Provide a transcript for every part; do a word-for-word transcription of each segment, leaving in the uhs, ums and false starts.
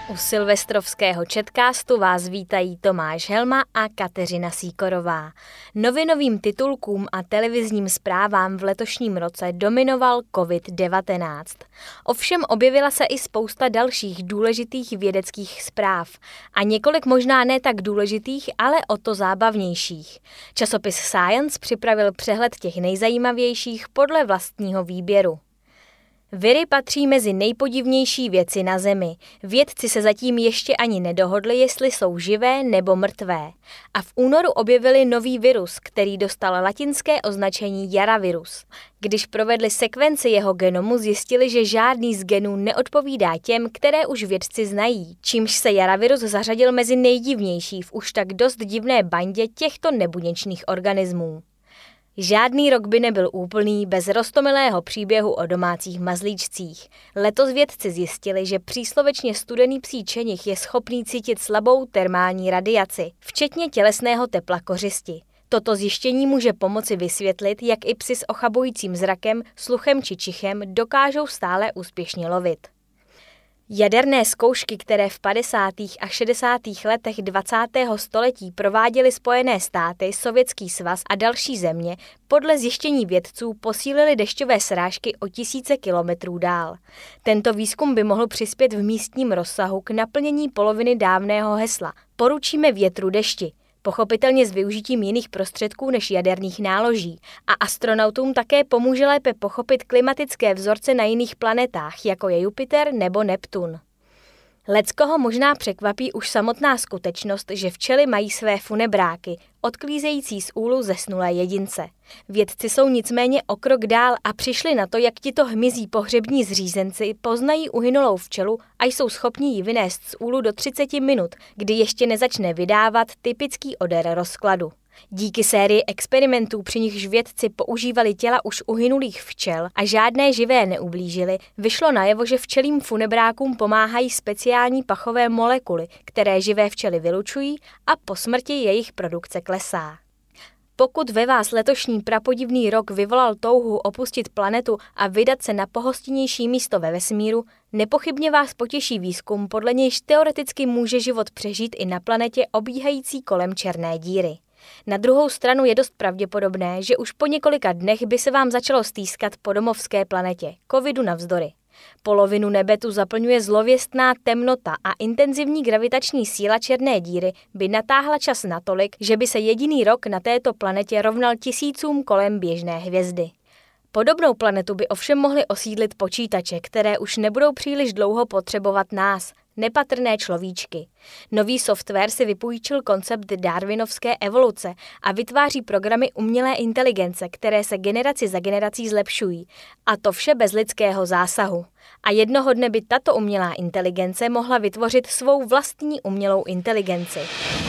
U silvestrovského chatcastu vás vítají Tomáš Helma a Kateřina Sýkorová. Novinovým titulkům a televizním zprávám v letošním roce dominoval covid devatenáct. Ovšem objevila se i spousta dalších důležitých vědeckých zpráv a několik možná ne tak důležitých, ale o to zábavnějších. Časopis Science připravil přehled těch nejzajímavějších podle vlastního výběru. Viry patří mezi nejpodivnější věci na Zemi. Vědci se zatím ještě ani nedohodli, jestli jsou živé nebo mrtvé. A v únoru objevili nový virus, který dostal latinské označení jaravirus. Když provedli sekvenci jeho genomu, zjistili, že žádný z genů neodpovídá těm, které už vědci znají, čímž se jaravirus zařadil mezi nejdivnější v už tak dost divné bandě těchto nebuněčných organismů. Žádný rok by nebyl úplný bez roztomilého příběhu o domácích mazlíčcích. Letos vědci zjistili, že příslovečně studený psí čenich je schopný cítit slabou termální radiaci, včetně tělesného tepla kořisti. Toto zjištění může pomoci vysvětlit, jak i psi s ochabujícím zrakem, sluchem či čichem dokážou stále úspěšně lovit. Jaderné zkoušky, které v padesátých a šedesátých letech dvacátého století prováděly Spojené státy, Sovětský svaz a další země, podle zjištění vědců posílily dešťové srážky o tisíce kilometrů dál. Tento výzkum by mohl přispět v místním rozsahu k naplnění poloviny dávného hesla Poručíme větru dešti, pochopitelně s využitím jiných prostředků než jaderných náloží, a astronautům také pomůže lépe pochopit klimatické vzorce na jiných planetách, jako je Jupiter nebo Neptun. Leckoho možná překvapí už samotná skutečnost, že včely mají své funebráky, odklízející z úlu zesnulé jedince. Vědci jsou nicméně o krok dál a přišli na to, jak tito hmyzí pohřební zřízenci poznají uhynulou včelu a jsou schopni ji vynést z úlu do třicet minut, kdy ještě nezačne vydávat typický odér rozkladu. Díky sérii experimentů, při nichž vědci používali těla už uhynulých včel a žádné živé neublížili, vyšlo najevo, že včelím funebrákům pomáhají speciální pachové molekuly, které živé včely vylučují a po smrti jejich produkce klesá. Pokud ve vás letošní prapodivný rok vyvolal touhu opustit planetu a vydat se na pohostinnější místo ve vesmíru, nepochybně vás potěší výzkum, podle nějž teoreticky může život přežít i na planetě obíhající kolem černé díry. Na druhou stranu je dost pravděpodobné, že už po několika dnech by se vám začalo stýskat po domovské planetě, covidu navzdory. Polovinu nebe tu zaplňuje zlověstná temnota a intenzivní gravitační síla černé díry by natáhla čas natolik, že by se jediný rok na této planetě rovnal tisícům kolem běžné hvězdy. Podobnou planetu by ovšem mohly osídlit počítače, které už nebudou příliš dlouho potřebovat nás, nepatrné človíčky. Nový software si vypůjčil koncept darwinovské evoluce a vytváří programy umělé inteligence, které se generaci za generací zlepšují. A to vše bez lidského zásahu. A jednoho dne by tato umělá inteligence mohla vytvořit svou vlastní umělou inteligenci.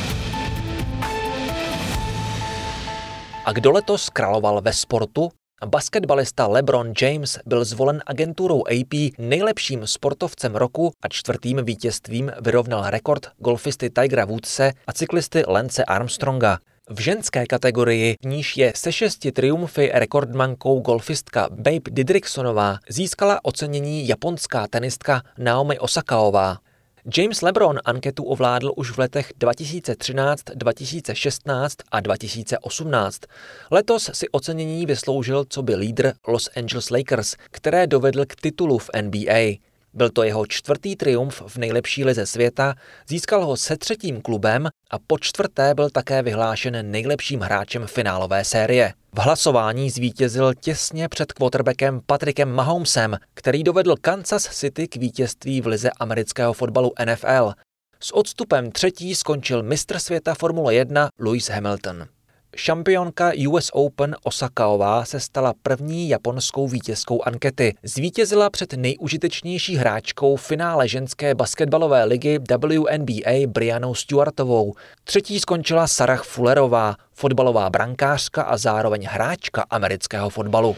A kdo letos královal ve sportu? Basketbalista LeBron James byl zvolen agenturou A P nejlepším sportovcem roku a čtvrtým vítězstvím vyrovnal rekord golfisty Tigera Woodse a cyklisty Lance Armstronga. V ženské kategorii, v níž je se šesti triumfy rekordmankou golfistka Babe Didriksonová, získala ocenění japonská tenistka Naomi Osakaová. James LeBron anketu ovládl už v letech dva tisíce třináct, dva tisíce šestnáct a dva tisíce osmnáct. Letos si ocenění vysloužil coby lídr Los Angeles Lakers, které dovedl k titulu v N B A. Byl to jeho čtvrtý triumf v nejlepší lize světa, získal ho se třetím klubem a po čtvrté byl také vyhlášen nejlepším hráčem finálové série. V hlasování zvítězil těsně před quarterbackem Patrickem Mahomesem, který dovedl Kansas City k vítězství v lize amerického fotbalu N F L. S odstupem třetí skončil mistr světa Formule jedna Lewis Hamilton. Šampionka U S Open Osakaová se stala první japonskou vítězkou ankety. Zvítězila před nejužitečnější hráčkou finále ženské basketbalové ligy W N B A Briannou Stewartovou. Třetí skončila Sarah Fullerová, fotbalová brankářka a zároveň hráčka amerického fotbalu.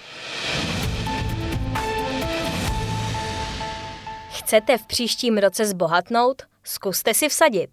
Chcete v příštím roce zbohatnout? Zkuste si vsadit.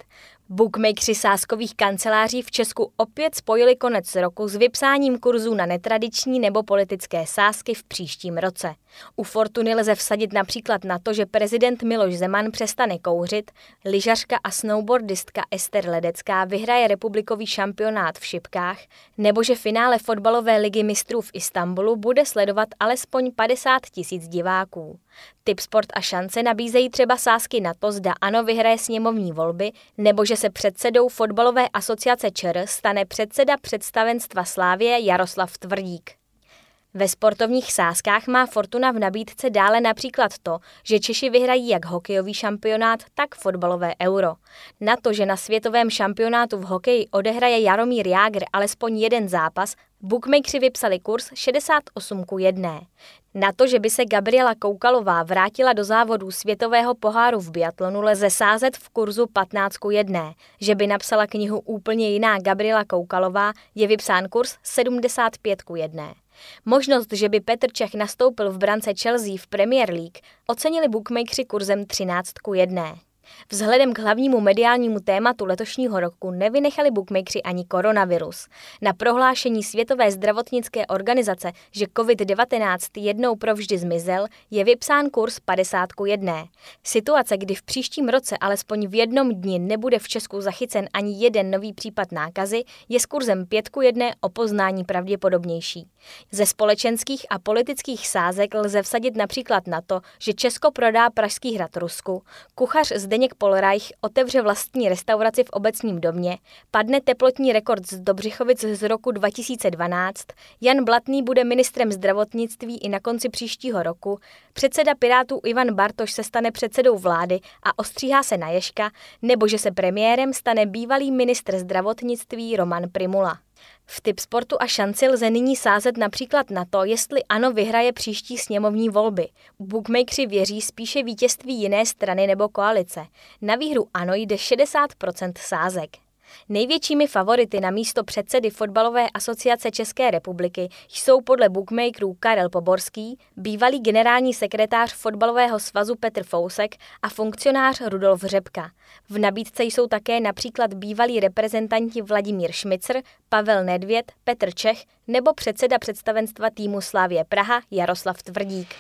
Bookmakeři sázkových kanceláří v Česku opět spojili konec roku s vypsáním kurzů na netradiční nebo politické sázky v příštím roce. U Fortuny lze vsadit například na to, že prezident Miloš Zeman přestane kouřit, lyžařka a snowboardistka Ester Ledecká vyhraje republikový šampionát v šipkách, nebo že finále fotbalové ligy mistrů v Istanbulu bude sledovat alespoň padesát tisíc diváků. Tipsport a šance nabízejí třeba sázky na to, zda ANO vyhraje sněmovní volby, nebo že se předsedou fotbalové asociace ČR stane předseda představenstva Slavie Jaroslav Tvrdík. Ve sportovních sázkách má Fortuna v nabídce dále například to, že Češi vyhrají jak hokejový šampionát, tak fotbalové euro. Na to, že na světovém šampionátu v hokeji odehraje Jaromír Jágr alespoň jeden zápas, bookmakeři vypsali kurz šedesát osm ku jedné. Na to, že by se Gabriela Koukalová vrátila do závodů světového poháru v biatlonu, lze sázet v kurzu patnáct ku jedné. Že by napsala knihu úplně jiná Gabriela Koukalová, je vypsán kurz sedmdesát pět ku jedné. Možnost, že by Petr Čech nastoupil v brance Chelsea v Premier League, ocenili bookmakeři kurzem třináct ku jedné. Vzhledem k hlavnímu mediálnímu tématu letošního roku nevynechali bookmakeři ani koronavirus. Na prohlášení Světové zdravotnické organizace, že covid devatenáct jednou provždy zmizel, je vypsán kurz padesát ku jedné. Situace, kdy v příštím roce alespoň v jednom dni nebude v Česku zachycen ani jeden nový případ nákazy, je s kurzem pět ku jedné o poznání pravděpodobnější. Ze společenských a politických sázek lze vsadit například na to, že Česko prodá Pražský hrad Rusku, kuchař Zdeněk Polreich otevře vlastní restauraci v Obecním domě, padne teplotní rekord z Dobřichovic z roku dva tisíce dvanáct, Jan Blatný bude ministrem zdravotnictví i na konci příštího roku, předseda Pirátů Ivan Bartoš se stane předsedou vlády a ostříhá se na Ježka, nebo že se premiérem stane bývalý ministr zdravotnictví Roman Prymula. V Tipsportu a šanci lze nyní sázet například na to, jestli ANO vyhraje příští sněmovní volby. Bookmakeři věří spíše vítězství jiné strany nebo koalice. Na výhru ANO jde šedesát procent sázek. Největšími favority na místo předsedy Fotbalové asociace České republiky jsou podle bookmakerů Karel Poborský, bývalý generální sekretář Fotbalového svazu Petr Fousek a funkcionář Rudolf Řepka. V nabídce jsou také například bývalí reprezentanti Vladimír Šmicr, Pavel Nedvěd, Petr Čech nebo předseda představenstva týmu Slavie Praha Jaroslav Tvrdík.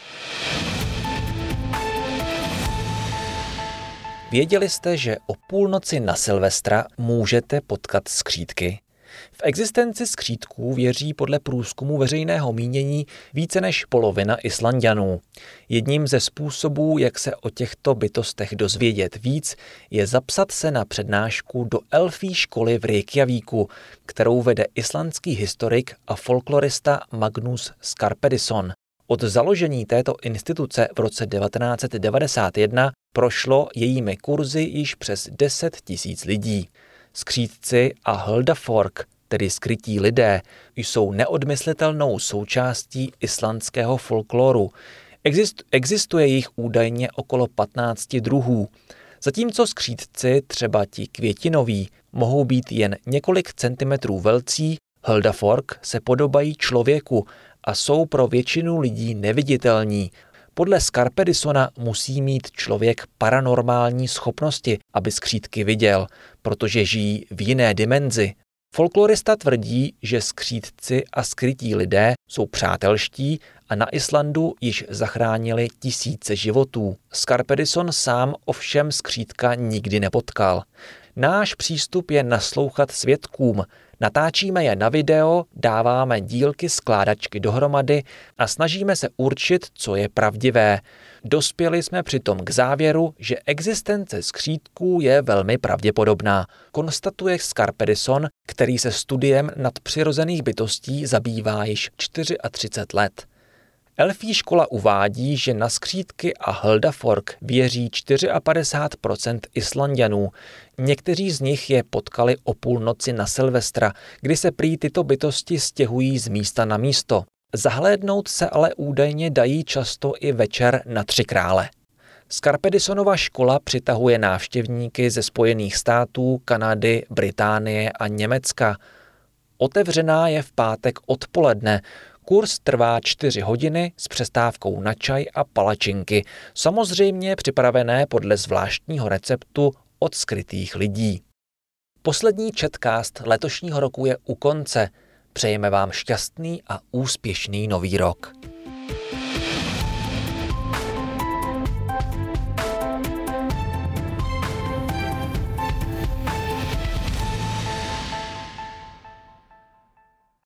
Věděli jste, že o půlnoci na Silvestra můžete potkat skřítky? V existenci skřítků věří podle průzkumu veřejného mínění více než polovina Islanďanů. Jedním ze způsobů, jak se o těchto bytostech dozvědět víc, je zapsat se na přednášku do elfí školy v Reykjavíku, kterou vede islandský historik a folklorista Magnus Skarphéðinsson. Od založení této instituce v roce devatenáct set devadesát jedna prošlo jejími kurzy již přes deset tisíc lidí. Skřítci a Huldafolk, tedy skrytí lidé, jsou neodmyslitelnou součástí islandského folkloru. Exist, existuje jich údajně okolo patnáct druhů. Zatímco skřítci, třeba ti květinoví, mohou být jen několik centimetrů velcí, Huldafolk se podobají člověku a jsou pro většinu lidí neviditelní. Podle Skarphéðinssona musí mít člověk paranormální schopnosti, aby skřítky viděl, protože žijí v jiné dimenzi. Folklorista tvrdí, že skřítci a skrytí lidé jsou přátelští a na Islandu již zachránili tisíce životů. Skarphéðinsson sám ovšem skřítka nikdy nepotkal. Náš přístup je naslouchat svědkům. Natáčíme je na video, dáváme dílky skládačky dohromady a snažíme se určit, co je pravdivé. Dospěli jsme přitom k závěru, že existence skřítků je velmi pravděpodobná, konstatuje Skarphéðinsson, který se studiem nadpřirozených bytostí zabývá již třicet čtyři let. Elfí škola uvádí, že na skřítky a Huldafolk věří padesát čtyři procent Islanďanů. Někteří z nich je potkali o půlnoci na Silvestra, kdy se prý tyto bytosti stěhují z místa na místo. Zahlédnout se ale údajně dají často i večer na Tři krále. Skarphéðinssonova škola přitahuje návštěvníky ze Spojených států, Kanady, Británie a Německa. Otevřená je v pátek odpoledne. Kurz trvá čtyři hodiny s přestávkou na čaj a palačinky, samozřejmě připravené podle zvláštního receptu od skrytých lidí. Poslední Chatcast letošního roku je u konce. Přejeme vám šťastný a úspěšný nový rok.